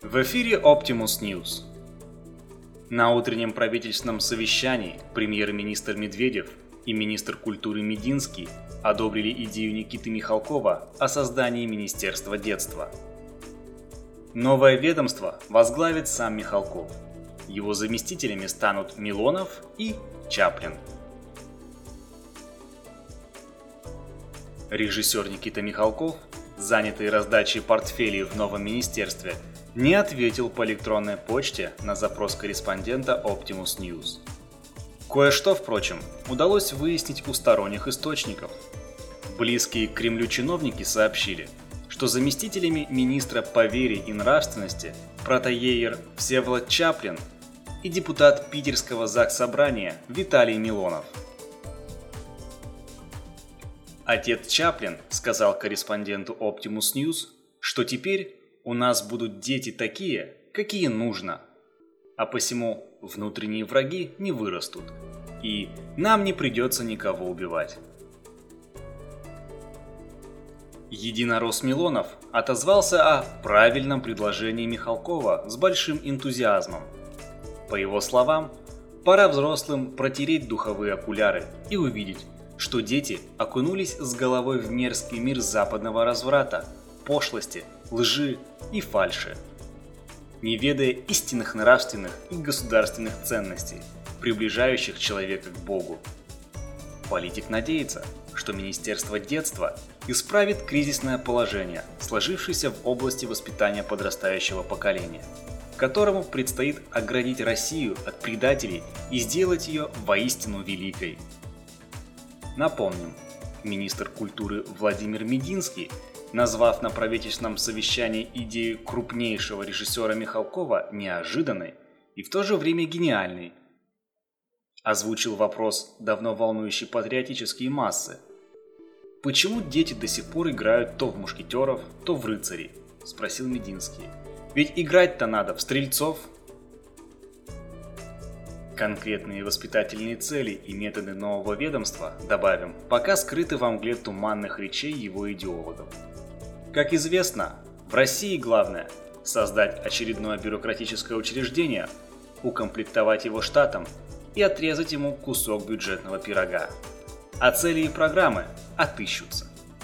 В эфире Optimus News. На утреннем правительственном совещании премьер-министр Медведев и министр культуры Мединский одобрили идею Никиты Михалкова о создании Министерства детства. Новое ведомство возглавит сам Михалков. Его заместителями станут Милонов и Чаплин. Режиссер Никита Михалков, занятый раздачей портфелей в новом министерстве, не ответил по электронной почте на запрос корреспондента Optimus News. Кое-что, впрочем, удалось выяснить у сторонних источников. Близкие к Кремлю чиновники сообщили, что заместителями министра по вере и нравственности протоиерей Всеволод Чаплин и депутат Питерского Заксобрания Виталий Милонов. Отец Чаплин сказал корреспонденту Optimus News, что теперь у нас будут дети такие, какие нужно, а посему внутренние враги не вырастут, и нам не придется никого убивать. Единорос Милонов отозвался о правильном предложении Михалкова с большим энтузиазмом. По его словам, пора взрослым протереть духовые окуляры и увидеть, что дети окунулись с головой в мерзкий мир западного разврата, пошлости, лжи и фальши, не ведая истинных нравственных и государственных ценностей, приближающих человека к Богу. Политик надеется, что Министерство детства исправит кризисное положение, сложившееся в области воспитания подрастающего поколения, которому предстоит оградить Россию от предателей и сделать ее воистину великой. Напомним, министр культуры Владимир Мединский, назвав на правительственном совещании идею крупнейшего режиссера Михалкова неожиданной и в то же время гениальной, озвучил вопрос, давно волнующий патриотические массы. «Почему дети до сих пор играют то в мушкетеров, то в рыцарей?» – спросил Мединский. «Ведь играть-то надо в стрельцов». Конкретные воспитательные цели и методы нового ведомства, добавим, пока скрыты во мгле туманных речей его идеологов. Как известно, в России главное – создать очередное бюрократическое учреждение, укомплектовать его штатом и отрезать ему кусок бюджетного пирога. А цели и программы отыщутся.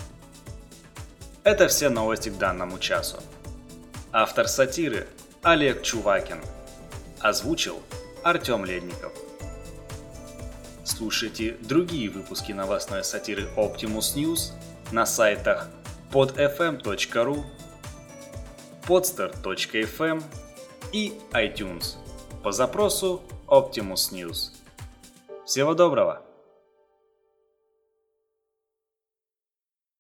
Это все новости к данному часу. Автор сатиры – Олег Чувакин. Озвучил Артем Ледников. Слушайте другие выпуски новостной сатиры Optimus News на сайтах podfm.ru, podster.fm и iTunes по запросу Optimus News. Всего доброго!